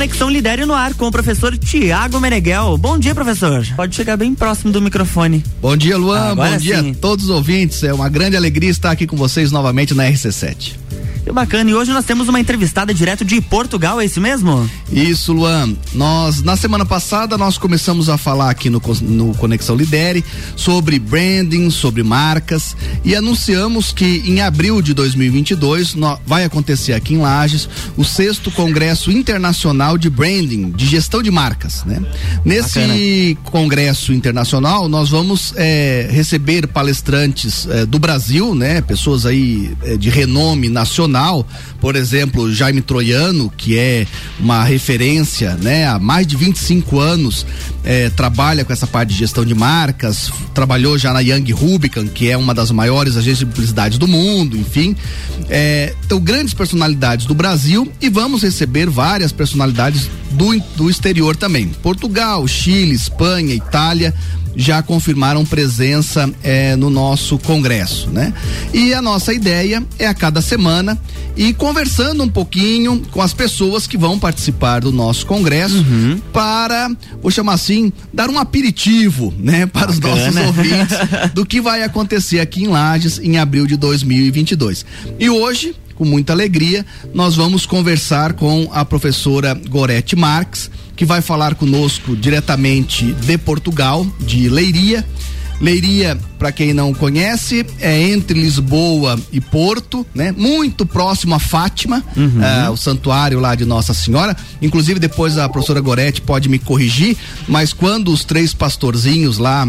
Conexão Lidere no ar com o professor Tiago Meneghel. Bom dia, professor. Pode chegar bem próximo do microfone. Bom dia, Luan. Agora bom dia a todos os ouvintes. É uma grande alegria estar aqui com vocês novamente na RC7. Que bacana, e hoje nós temos uma entrevistada direto de Portugal, é isso mesmo? Isso, Luan. Na semana passada nós começamos a falar aqui no Conexão Lidere sobre branding, sobre marcas, e anunciamos que em abril de 2022 vai acontecer aqui em Lages o 6º Congresso Internacional de Branding, de Gestão de Marcas, né? Nesse congresso internacional nós vamos receber palestrantes do Brasil, né? Pessoas aí de renome nacional. Por exemplo, Jaime Troiano, que é uma referência, né? Há mais de 25 anos trabalha com essa parte de gestão de marcas, trabalhou já na Young Rubicon, que é uma das maiores agências de publicidade do mundo, enfim. Então, grandes personalidades do Brasil, e vamos receber várias personalidades do exterior também. Portugal, Chile, Espanha, Itália já confirmaram presença no nosso congresso, né? E a nossa ideia é a cada semana ir conversando um pouquinho com as pessoas que vão participar do nosso congresso para, vou chamar assim, dar um aperitivo, né? Para os nossos ouvintes do que vai acontecer aqui em Lages em abril de 2022. E hoje, com muita alegria, nós vamos conversar com a professora Gorete Marques, que vai falar conosco diretamente de Portugal, de Leiria. Leiria, para quem não conhece, é entre Lisboa e Porto, né? Muito próximo a Fátima, o santuário lá de Nossa Senhora. Inclusive, depois a professora Gorete pode me corrigir, mas quando os 3 pastorzinhos lá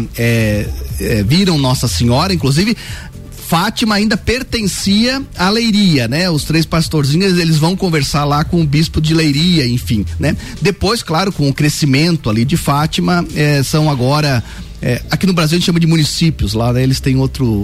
viram Nossa Senhora, inclusive Fátima ainda pertencia à Leiria, né? Os 3 pastorzinhos, eles vão conversar lá com o bispo de Leiria, enfim, né? Depois, claro, com o crescimento ali de Fátima, são agora aqui no Brasil a gente chama de municípios, lá, né? Eles têm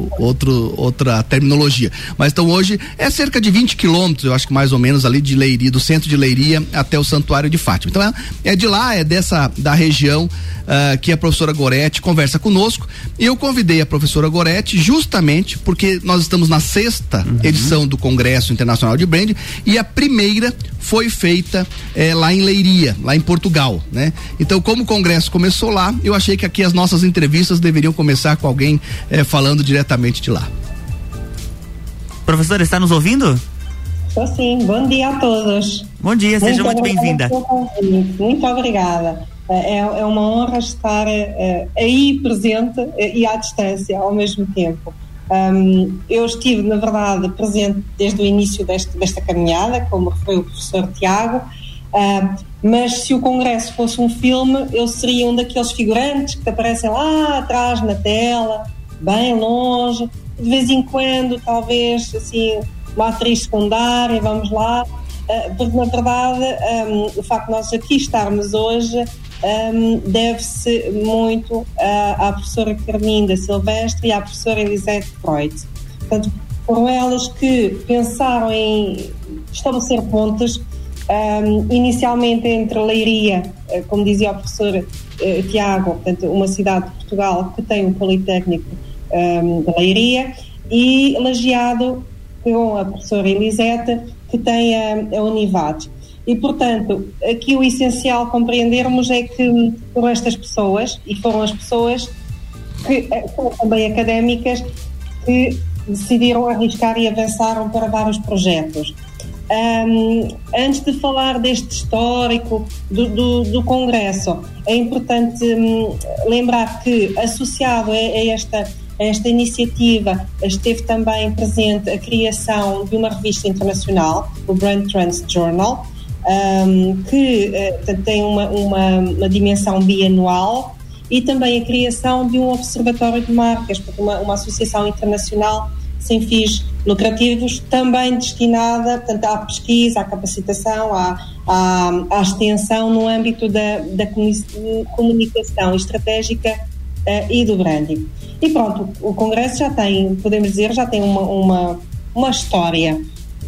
outra terminologia, mas então hoje é cerca de 20 quilômetros, eu acho que mais ou menos ali de Leiria, do centro de Leiria até o Santuário de Fátima. Então é de lá, da região que a professora Gorete conversa conosco, e eu convidei a professora Gorete justamente porque nós estamos na 6ª edição do Congresso Internacional de Branding, e a primeira foi feita lá em Leiria, lá em Portugal, né? Então, como o congresso começou lá, eu achei que aqui as nossas entrevistas deveriam começar com alguém falando diretamente de lá. Professora, está nos ouvindo? Estou sim, bom dia a todos. Bom dia, seja muito bem-vinda. Muito obrigada. É uma honra estar aí presente e à distância ao mesmo tempo. Eu estive, na verdade, presente desde o início desta caminhada, como referiu o professor Tiago, mas se o congresso fosse um filme, eu seria um daqueles figurantes que aparecem lá atrás na tela, bem longe, de vez em quando, talvez, assim, uma atriz secundária, vamos lá, porque, na verdade, o facto de nós aqui estarmos hoje deve-se muito à professora Carminda Silvestre e à professora Elisete Freud. Portanto, foram elas que pensaram em estabelecer pontes, inicialmente entre Leiria, como dizia o professor Tiago, portanto, uma cidade de Portugal que tem um Politécnico de Leiria, e Lajeado com a professora Elisete, que tem a Univade. E, portanto, aqui o essencial compreendermos é que foram estas pessoas, e foram as pessoas que são também académicas, que decidiram arriscar e avançaram para vários projetos. Antes de falar deste histórico do Congresso, é importante lembrar que, associado a esta iniciativa, esteve também presente a criação de uma revista internacional, o Brand Trends Journal, que tem uma dimensão bianual, e também a criação de um observatório de marcas, uma associação internacional sem fins lucrativos, também destinada, portanto, à pesquisa, à capacitação, à extensão no âmbito da comunicação estratégica e do branding. E pronto, o Congresso já tem, podemos dizer, já tem uma história.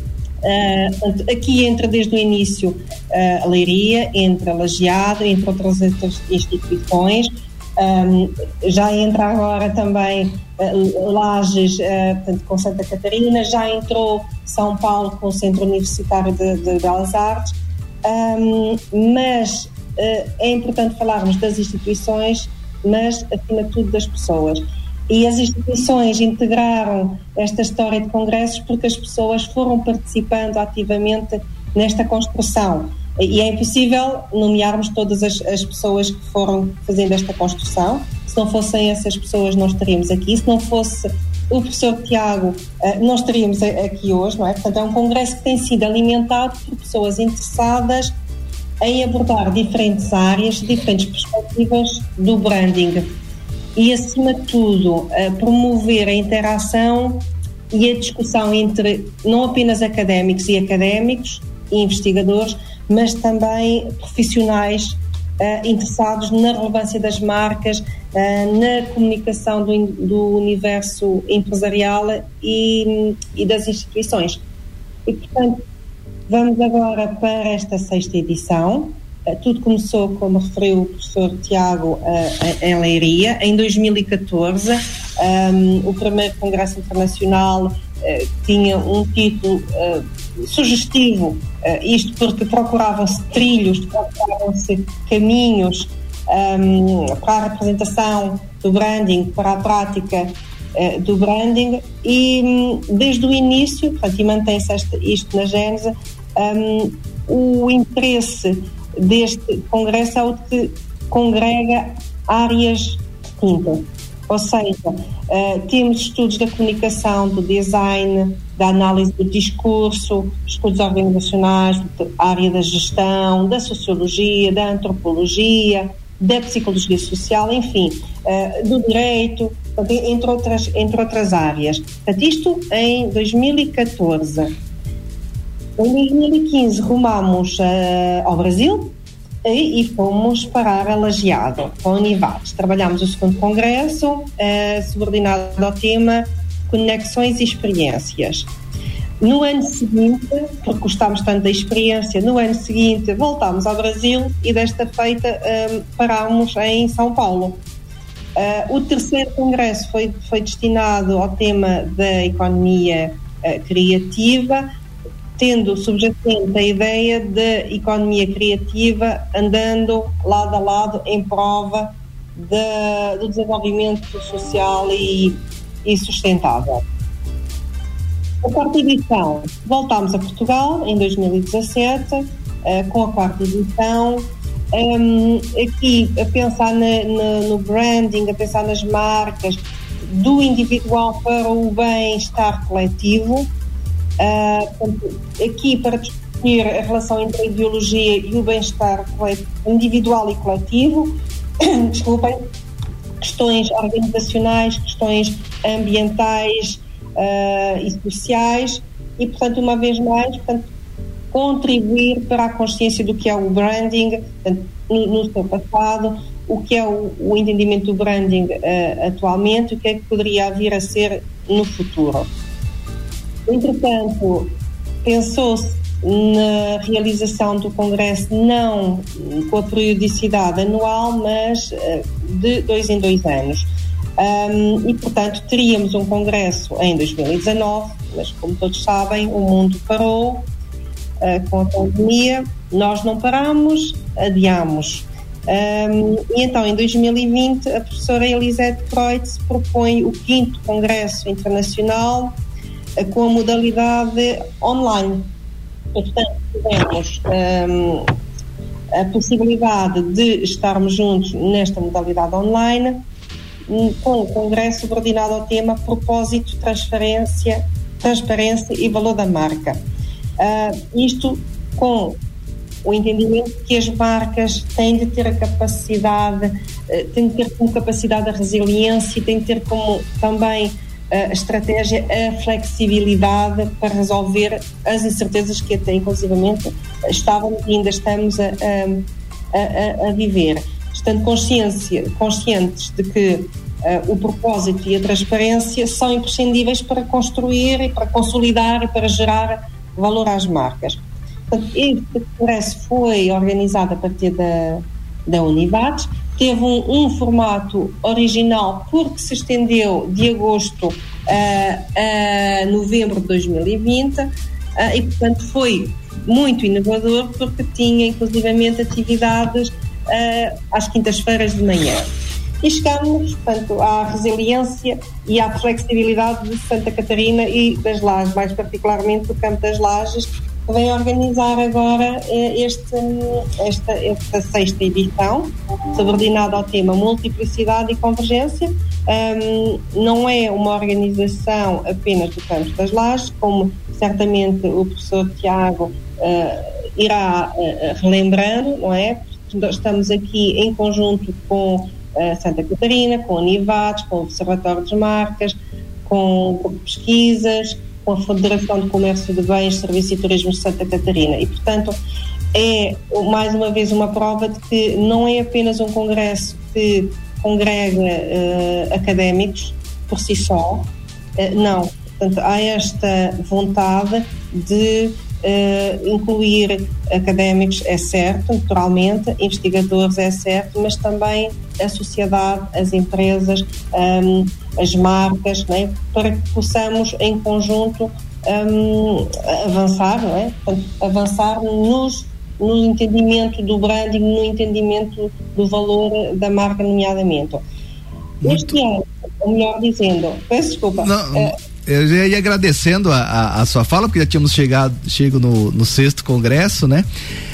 Aqui entra desde o início a Leiria, entra Lajeado, entre outras instituições, já entra agora também Lages, portanto, com Santa Catarina, já entrou São Paulo com o Centro Universitário de Belas Artes, mas é importante falarmos das instituições, mas acima de tudo das pessoas. E as instituições integraram esta história de congressos porque as pessoas foram participando ativamente nesta construção. E é impossível nomearmos todas as pessoas que foram fazendo esta construção. Se não fossem essas pessoas, não estaríamos aqui. Se não fosse o professor Tiago, não estaríamos aqui hoje, não é? Portanto, é um congresso que tem sido alimentado por pessoas interessadas em abordar diferentes áreas, diferentes perspectivas do branding e, acima de tudo, promover a interação e a discussão entre não apenas académicos e investigadores, mas também profissionais interessados na relevância das marcas, na comunicação do universo empresarial e das instituições. E, portanto, vamos agora para esta 6ª edição. Tudo começou, como referiu o professor Tiago, em Leiria, em 2014. O primeiro Congresso Internacional tinha um título sugestivo, isto porque procuravam-se trilhos, procuravam-se caminhos para a representação do branding, para a prática do branding, e desde o início, portanto, e mantém-se isto na gênese, o interesse deste congresso é o que congrega áreas distintas, ou seja, temos estudos da comunicação, do design, da análise do discurso, estudos organizacionais, a área da gestão, da sociologia, da antropologia, da psicologia social, enfim, do direito, entre outras áreas. Portanto, isto em 2014. Em 2015 rumamos ao Brasil e fomos parar a Lajeado, com a Univates. Trabalhámos o 2º congresso, subordinado ao tema Conexões e Experiências. No ano seguinte, porque gostámos tanto da experiência, no ano seguinte voltámos ao Brasil e desta feita parámos em São Paulo. O 3º congresso foi destinado ao tema da economia criativa, tendo subjacente a ideia de economia criativa andando lado a lado em prova do desenvolvimento social e sustentável. A 4ª edição, voltámos a Portugal em 2017, com a 4ª edição, aqui a pensar no branding, a pensar nas marcas, do individual para o bem-estar coletivo. Aqui para discutir a relação entre a ideologia e o bem-estar individual e coletivo, desculpem, questões organizacionais, questões ambientais e sociais, e, portanto, uma vez mais, contribuir para a consciência do que é o branding, portanto, no seu passado, o que é o entendimento do branding atualmente, o que é que poderia vir a ser no futuro. Entretanto, pensou-se na realização do congresso não com a periodicidade anual, mas de 2 em 2 anos. E, portanto, teríamos um congresso em 2019, mas, como todos sabem, o mundo parou com a pandemia, nós não paramos, adiamos. E então, em 2020, a professora Elisete Kreutz propõe o 5º Congresso Internacional com a modalidade online. E, portanto, tivemos a possibilidade de estarmos juntos nesta modalidade online, com o congresso subordinado ao tema Propósito, Transparência e Valor da Marca. Isto com o entendimento que as marcas têm de ter a capacidade, têm de ter como capacidade a resiliência, têm de ter como também a estratégia, a flexibilidade para resolver as incertezas que até inclusivamente estávamos e ainda estamos a viver. Estando conscientes de que o propósito e a transparência são imprescindíveis para construir e para consolidar e para gerar valor às marcas. Portanto, este congresso foi organizado a partir da Univates, teve um formato original porque se estendeu de agosto a novembro de 2020 e, portanto, foi muito inovador, porque tinha inclusivamente atividades às quintas-feiras de manhã. E chegamos, portanto, à resiliência e à flexibilidade de Santa Catarina e das Lajes, mais particularmente do Campo das Lajes, que vem organizar agora esta sexta edição, subordinada ao tema multiplicidade e convergência. Não é uma organização apenas do Campo das Lajes, como certamente o professor Tiago irá relembrando, não é? Estamos aqui em conjunto com Santa Catarina, com a Univates, com o Observatório das Marcas, com o Grupo de Pesquisas, com a Federação de Comércio de Bens, Serviços e Turismo de Santa Catarina. E, portanto, é mais uma vez uma prova de que não é apenas um congresso que congrega académicos por si só, não. Portanto, há esta vontade de incluir académicos, é certo, naturalmente, investigadores, é certo, mas também a sociedade, as empresas, as marcas, não é? Para que possamos em conjunto avançar, não é? Portanto, avançar no entendimento do branding, no entendimento do valor da marca, nomeadamente. Este ano, ou melhor dizendo, peço desculpa. Eu já ia agradecendo a sua fala, porque já tínhamos chego no 6º congresso, né?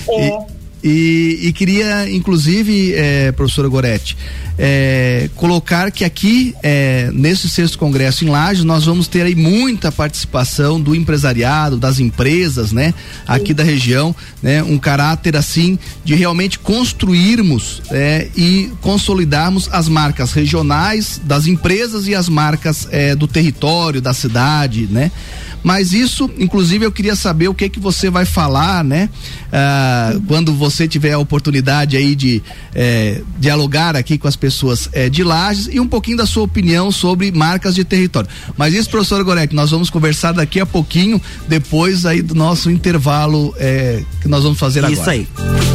E queria, inclusive, professora Goretti, colocar que aqui, nesse 6º congresso em Lages, nós vamos ter aí muita participação do empresariado, das empresas, né? Aqui da região, né? Um caráter assim de realmente construirmos e consolidarmos as marcas regionais das empresas e as marcas do território, da cidade, né? Mas isso, inclusive, eu queria saber o que você vai falar, né? Quando você tiver a oportunidade aí de dialogar aqui com as pessoas de Lages e um pouquinho da sua opinião sobre marcas de território. Mas isso, professor Goretti, nós vamos conversar daqui a pouquinho, depois aí do nosso intervalo que nós vamos fazer agora. Isso aí.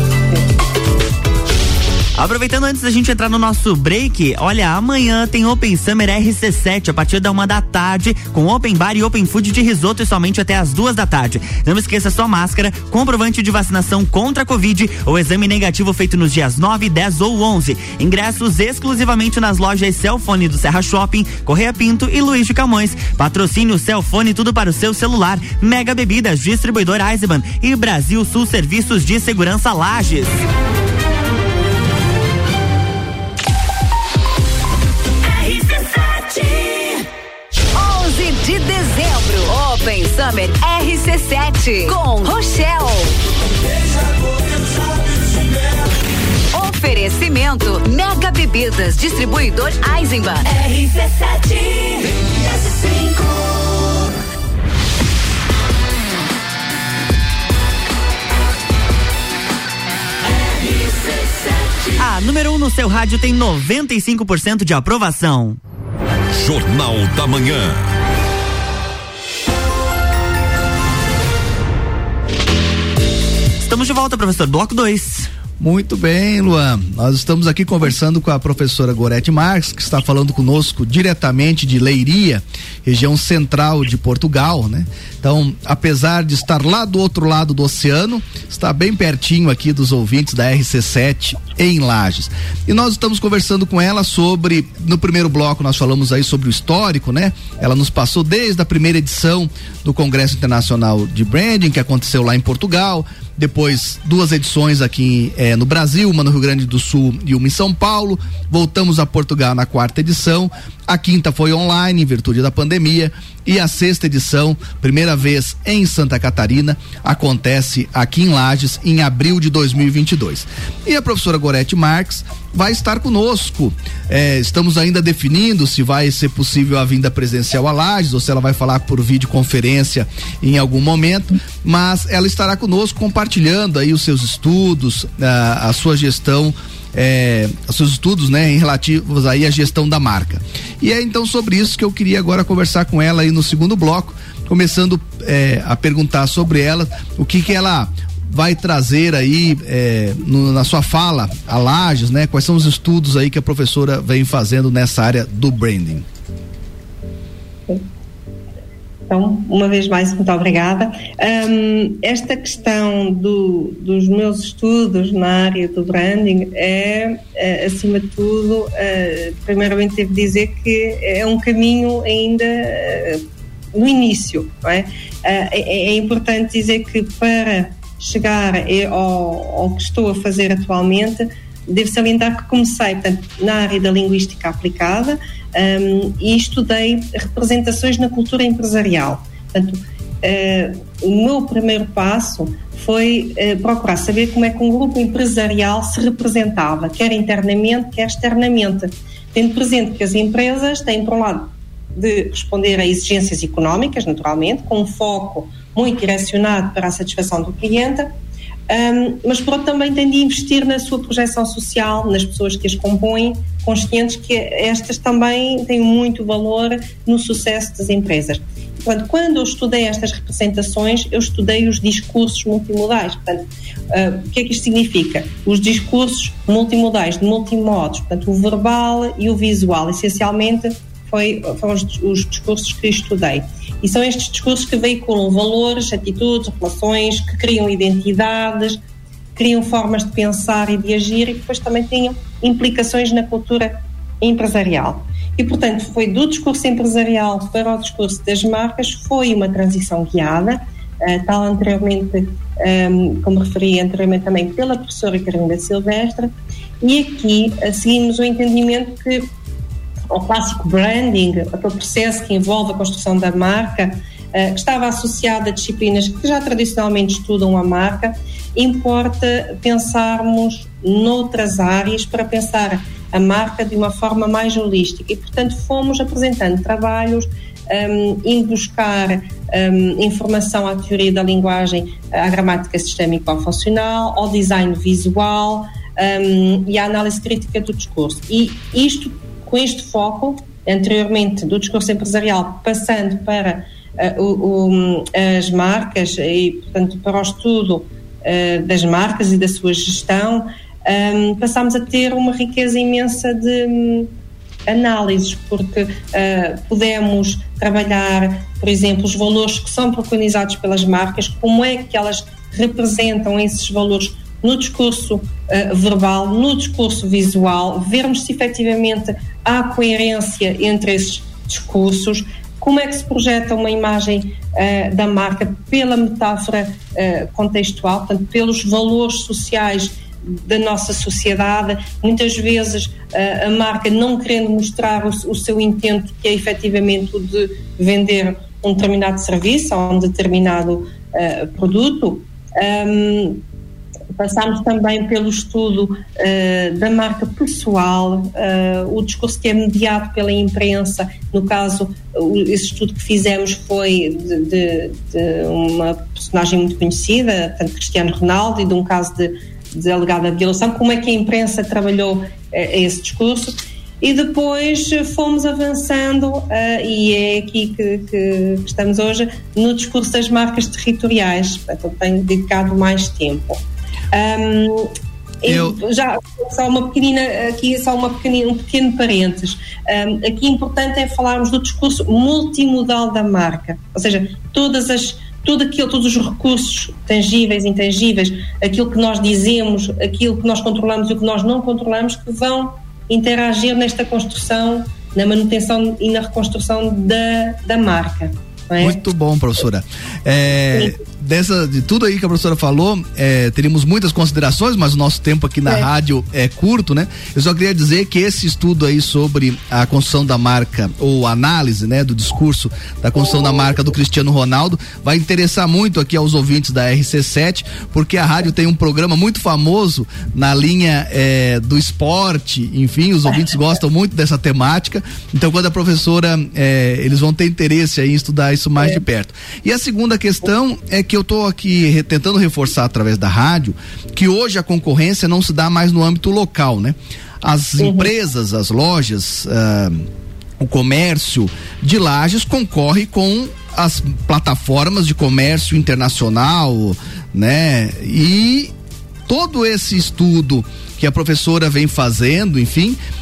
Aproveitando antes da gente entrar no nosso break, olha, amanhã tem Open Summer RC7 a partir da 1 da tarde, com Open Bar e Open Food de risoto e somente até as 2 da tarde. Não esqueça sua máscara, comprovante de vacinação contra a Covid ou exame negativo feito nos dias 9, 10 ou 11. Ingressos exclusivamente nas lojas Cellfone do Serra Shopping, Correia Pinto e Luiz de Camões. Patrocínio Cellfone, tudo para o seu celular. Mega Bebidas, distribuidor Eisenbahn e Brasil Sul Serviços de Segurança Lages. De dezembro, Open Summer RC7 com Rochelle. Oferecimento Mega Bebidas, distribuidor Eisenbahn. RC7 S5. A número 1 no seu rádio tem 95% de aprovação. Jornal da Manhã. Estamos de volta, professor. Bloco 2. Muito bem, Luan. Nós estamos aqui conversando com a professora Goretti Marques, que está falando conosco diretamente de Leiria, região central de Portugal, né? Então, apesar de estar lá do outro lado do oceano, está bem pertinho aqui dos ouvintes da RC7 em Lages. E nós estamos conversando com ela sobre, no primeiro bloco nós falamos aí sobre o histórico, né? Ela nos passou desde a primeira edição do Congresso Internacional de Branding, que aconteceu lá em Portugal, depois 2 edições aqui no Brasil, uma no Rio Grande do Sul e uma em São Paulo. Voltamos a Portugal na 4ª edição. A 5ª foi online em virtude da pandemia e a 6ª edição, primeira vez em Santa Catarina, acontece aqui em Lages em abril de 2022. E a professora Goretti Marques vai estar conosco. Estamos ainda definindo se vai ser possível a vinda presencial a Lages ou se ela vai falar por videoconferência em algum momento, mas ela estará conosco compartilhando aí os seus estudos, a sua gestão, os seus estudos, né, em relativos aí à gestão da marca. E é então sobre isso que eu queria agora conversar com ela aí no segundo bloco, começando a perguntar sobre ela, o que ela vai trazer aí na sua fala a Lages, né? Quais são os estudos aí que a professora vem fazendo nessa área do branding? Então, uma vez mais, muito obrigada. Esta questão dos meus estudos na área do branding acima de tudo, primeiramente devo dizer que é um caminho ainda no início, não é? É importante dizer que para chegar ao que estou a fazer atualmente, devo salientar que comecei, portanto, na área da linguística aplicada, e estudei representações na cultura empresarial. Portanto, o meu primeiro passo foi procurar saber como é que um grupo empresarial se representava, quer internamente, quer externamente, tendo presente que as empresas têm, por um lado, de responder a exigências económicas, naturalmente, com um foco muito direcionado para a satisfação do cliente, mas por outro também tem de investir na sua projeção social, nas pessoas que as compõem, conscientes que estas também têm muito valor no sucesso das empresas. Portanto, quando eu estudei estas representações, eu estudei os discursos multimodais. Portanto, o que é que isto significa? Os discursos multimodais, de multimodos, portanto, o verbal e o visual, essencialmente foram os discursos que estudei. E são estes discursos que veiculam valores, atitudes, relações, que criam identidades, criam formas de pensar e de agir e que depois também tinham implicações na cultura empresarial. E, portanto, foi do discurso empresarial para o discurso das marcas, foi uma transição guiada, tal anteriormente, como referi anteriormente também pela professora Carolina Silvestre, e aqui seguimos o entendimento que o clássico branding, aquele processo que envolve a construção da marca, que estava associado a disciplinas que já tradicionalmente estudam a marca, importa pensarmos noutras áreas para pensar a marca de uma forma mais holística e, portanto, fomos apresentando trabalhos, indo buscar informação à teoria da linguagem, à gramática sistémico-funcional, ao design visual e à análise crítica do discurso. E isto, com este foco, anteriormente do discurso empresarial, passando para as marcas e, portanto, para o estudo das marcas e da sua gestão, passámos a ter uma riqueza imensa de análises, porque pudemos trabalhar, por exemplo, os valores que são preconizados pelas marcas, como é que elas representam esses valores no discurso verbal, no discurso visual, vermos se efetivamente há coerência entre esses discursos, como é que se projeta uma imagem da marca pela metáfora contextual, portanto, pelos valores sociais da nossa sociedade. Muitas vezes a marca não querendo mostrar o seu intento, que é efetivamente o de vender um determinado serviço ou um determinado produto. Passámos também pelo estudo da marca pessoal, o discurso que é mediado pela imprensa. No caso, esse estudo que fizemos foi de uma personagem muito conhecida, tanto Cristiano Ronaldo, e de um caso de alegada violação, como é que a imprensa trabalhou esse discurso. E depois fomos avançando, e é aqui que estamos hoje, no discurso das marcas territoriais. Portanto, eu tenho dedicado mais tempo. Já só uma pequenina aqui, um pequeno parênteses. Aqui importante é falarmos do discurso multimodal da marca, ou seja, todos os recursos tangíveis, intangíveis, aquilo que nós dizemos, aquilo que nós controlamos e o que nós não controlamos, que vão interagir nesta construção, na manutenção e na reconstrução da marca. Não é? Muito bom, professora. De tudo aí que a professora falou, teríamos muitas considerações, mas o nosso tempo aqui na rádio é curto, né? Eu só queria dizer que esse estudo aí sobre a construção da marca, ou análise, né, do discurso da construção da marca do Cristiano Ronaldo, vai interessar muito aqui aos ouvintes da RC7, porque a rádio tem um programa muito famoso na linha do esporte, enfim, os ouvintes gostam muito dessa temática, então quando a professora, eles vão ter interesse aí em estudar isso mais de perto. E a segunda questão é que eu estou aqui tentando reforçar através da rádio que hoje a concorrência não se dá mais no âmbito local, né? As empresas, as lojas, o comércio de Lages concorre com as plataformas de comércio internacional, né? E todo esse estudo que a professora vem fazendo, enfim,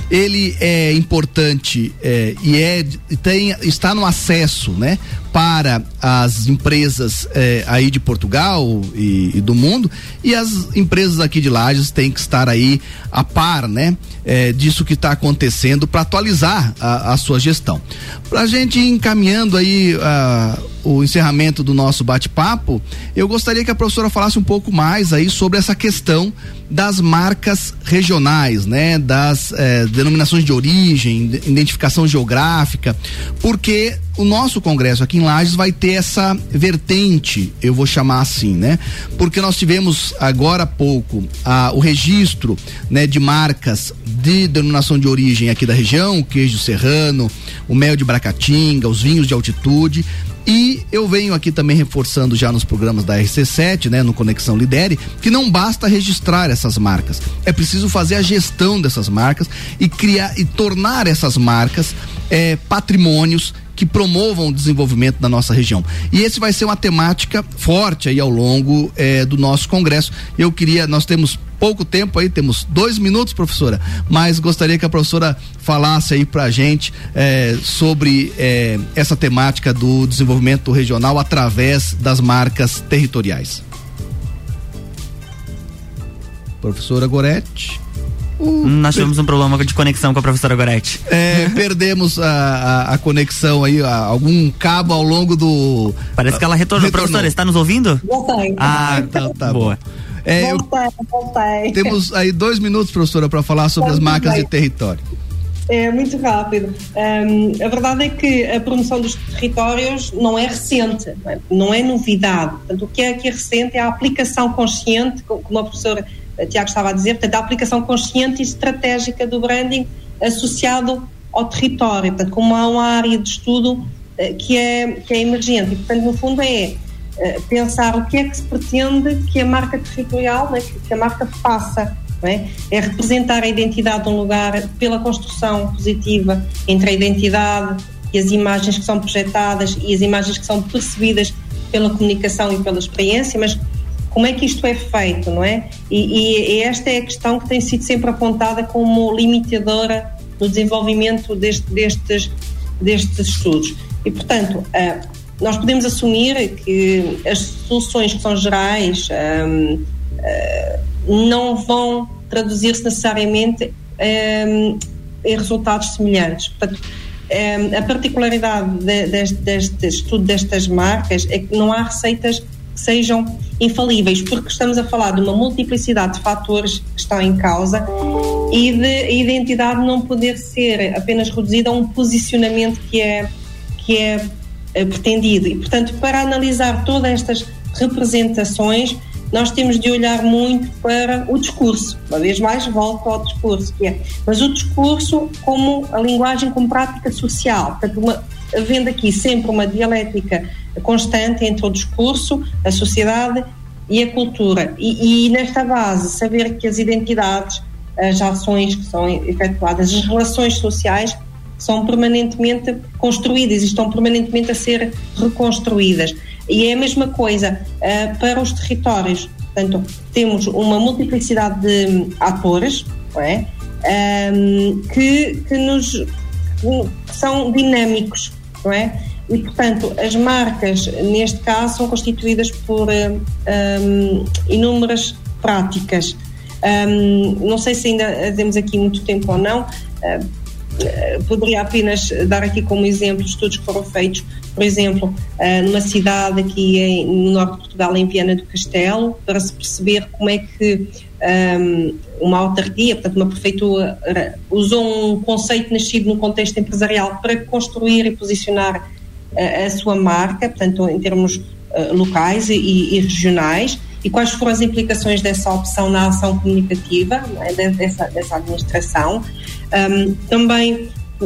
ele é importante está no acesso, né, para as empresas aí de Portugal e do mundo, e as empresas aqui de Lages têm que estar aí a par, né, disso que está acontecendo para atualizar a sua gestão. Pra gente ir encaminhando aí o encerramento do nosso bate-papo, eu gostaria que a professora falasse um pouco mais aí sobre essa questão das marcas regionais, né, das denominações de origem, identificação geográfica, porque o nosso congresso aqui em Lages vai ter essa vertente, eu vou chamar assim, né? Porque nós tivemos agora há pouco o registro, né, de marcas de denominação de origem aqui da região, o queijo serrano, o mel de Bracatinga, os vinhos de altitude. E eu venho aqui também reforçando já nos programas da RC7, né, no Conexão Lidere, que não basta registrar essas marcas, é preciso fazer a gestão dessas marcas e criar e tornar essas marcas patrimônios que promovam o desenvolvimento da nossa região. E esse vai ser uma temática forte aí ao longo do nosso congresso. Nós temos pouco tempo aí, temos 2 minutos, professora, mas gostaria que a professora falasse aí pra gente sobre essa temática do desenvolvimento regional através das marcas territoriais. Professora Goretti. Nós tivemos um problema de conexão com a professora Goretti. Perdemos a conexão aí, algum cabo ao longo do... Parece que ela retornou. Professora, está nos ouvindo? Voltei. Tá boa. Voltei. Temos aí 2 minutos, professora, para falar sobre as marcas de território. Muito rápido. A verdade é que a promoção dos territórios não é recente, não é novidade. Portanto, o que é recente é a aplicação consciente, como a professora Tiago estava a dizer, portanto, a aplicação consciente e estratégica do branding associado ao território, portanto, como há uma área de estudo que é emergente. E, portanto, no fundo pensar o que é que se pretende que a marca territorial, né, que a marca faça, não é? É representar a identidade de um lugar pela construção positiva entre a identidade e as imagens que são projetadas e as imagens que são percebidas pela comunicação e pela experiência, mas como é que isto é feito, não é? E esta é a questão que tem sido sempre apontada como limitadora no desenvolvimento destes estudos. E, portanto, nós podemos assumir que as soluções que são gerais não vão traduzir-se necessariamente em resultados semelhantes. Portanto, a particularidade deste estudo destas marcas é que não há receitas que sejam infalíveis, porque estamos a falar de uma multiplicidade de fatores que estão em causa e de a identidade não poder ser apenas reduzida a um posicionamento que é pretendido. E, portanto, para analisar todas estas representações, nós temos de olhar muito para o discurso. Uma vez mais, volto ao discurso, mas o discurso como a linguagem como prática social. Portanto, havendo aqui sempre uma dialética constante entre o discurso, a sociedade e a cultura. E nesta base, saber que as identidades, as ações que são efetuadas, as relações sociais são permanentemente construídas e estão permanentemente a ser reconstruídas. E é a mesma coisa para os territórios. Portanto, temos uma multiplicidade de atores, não é? Que são dinâmicos, não é? E, portanto, as marcas, neste caso, são constituídas por inúmeras práticas. Não sei se ainda temos aqui muito tempo ou não. Poderia apenas dar aqui como exemplo estudos que foram feitos, por exemplo, numa cidade aqui no norte de Portugal, em Viana do Castelo, para se perceber como é que uma autarquia, portanto uma prefeitura, usou um conceito nascido no contexto empresarial para construir e posicionar a sua marca, portanto em termos locais e regionais, e quais foram as implicações dessa opção na ação comunicativa, não é, dessa administração. Também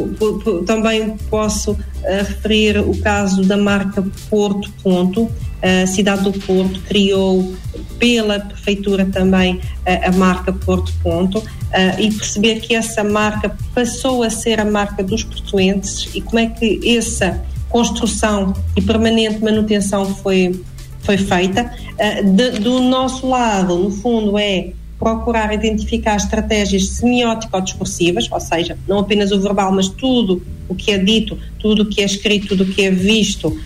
posso referir o caso da marca Porto Ponto. A cidade do Porto criou pela prefeitura também a marca Porto Ponto, e perceber que essa marca passou a ser a marca dos portuenses e como é que essa construção e permanente manutenção foi feita. Do nosso lado, no fundo, é procurar identificar estratégias semiótico-discursivas, ou seja, não apenas o verbal, mas tudo o que é dito, tudo o que é escrito, tudo o que é visto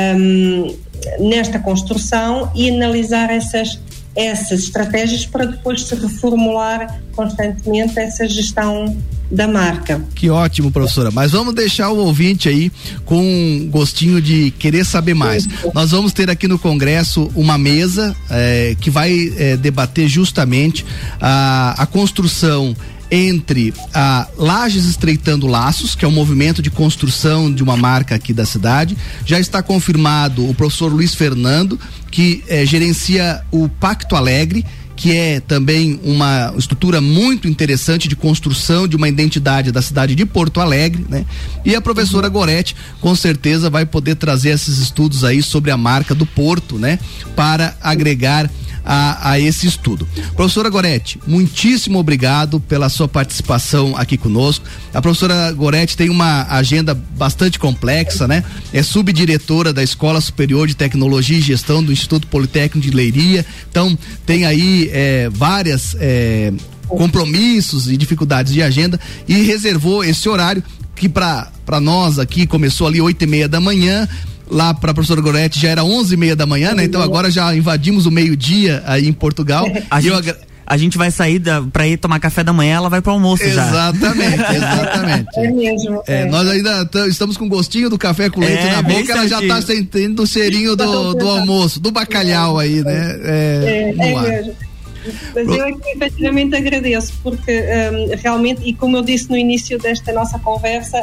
nesta construção, e analisar essas estratégias para depois se reformular constantemente essa gestão da marca. Que ótimo, professora, mas vamos deixar o ouvinte aí com um gostinho de querer saber mais. Nós vamos ter aqui no Congresso uma mesa que vai debater justamente a construção entre a Lages Estreitando Laços, que é um movimento de construção de uma marca aqui da cidade. Já está confirmado o professor Luiz Fernando, que gerencia o Pacto Alegre, que é também uma estrutura muito interessante de construção de uma identidade da cidade de Porto Alegre, né? E a professora Goretti, com certeza, vai poder trazer esses estudos aí sobre a marca do Porto, né? Para agregar a esse estudo. Professora Goretti, muitíssimo obrigado pela sua participação aqui conosco. A professora Goretti tem uma agenda bastante complexa, né? É subdiretora da Escola Superior de Tecnologia e Gestão do Instituto Politécnico de Leiria, então tem aí várias compromissos e dificuldades de agenda, e reservou esse horário que para nós aqui começou ali 8:30 da manhã. Lá para a professora Goretti já era 11:30 da manhã, né? Então agora já invadimos o meio-dia aí em Portugal. A gente vai sair para ir tomar café da manhã, ela vai para o almoço já. Exatamente. É mesmo. Nós ainda estamos com gostinho do café com leite na boca, ela já está sentindo o cheirinho do almoço, do bacalhau aí, né? É mesmo. Mas eu aqui efetivamente agradeço, porque realmente, e como eu disse no início desta nossa conversa,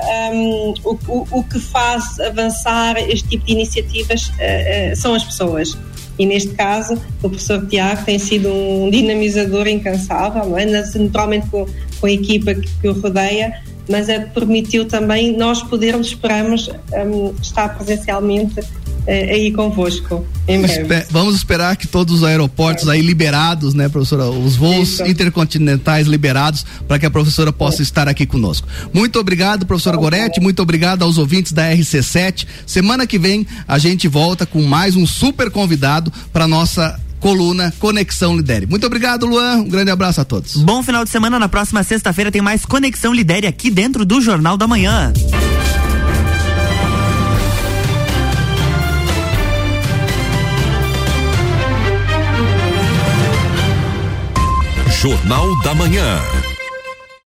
o que faz avançar este tipo de iniciativas são as pessoas. E neste caso, o professor Tiago tem sido um dinamizador incansável, não é? Naturalmente com a equipa que o rodeia, mas permitiu também nós esperamos estar presencialmente aí convosco em breve. Vamos esperar que todos os aeroportos aí liberados, né, professora, os voos intercontinentais liberados, para que a professora possa estar aqui conosco. Muito obrigado, professora Goretti, muito obrigado aos ouvintes da RC7. Semana que vem a gente volta com mais um super convidado para nossa coluna Conexão Lidere. Muito obrigado, Luan, um grande abraço a todos. Bom final de semana. Na próxima sexta-feira tem mais Conexão Lidere aqui dentro do Jornal da Manhã. Jornal da Manhã.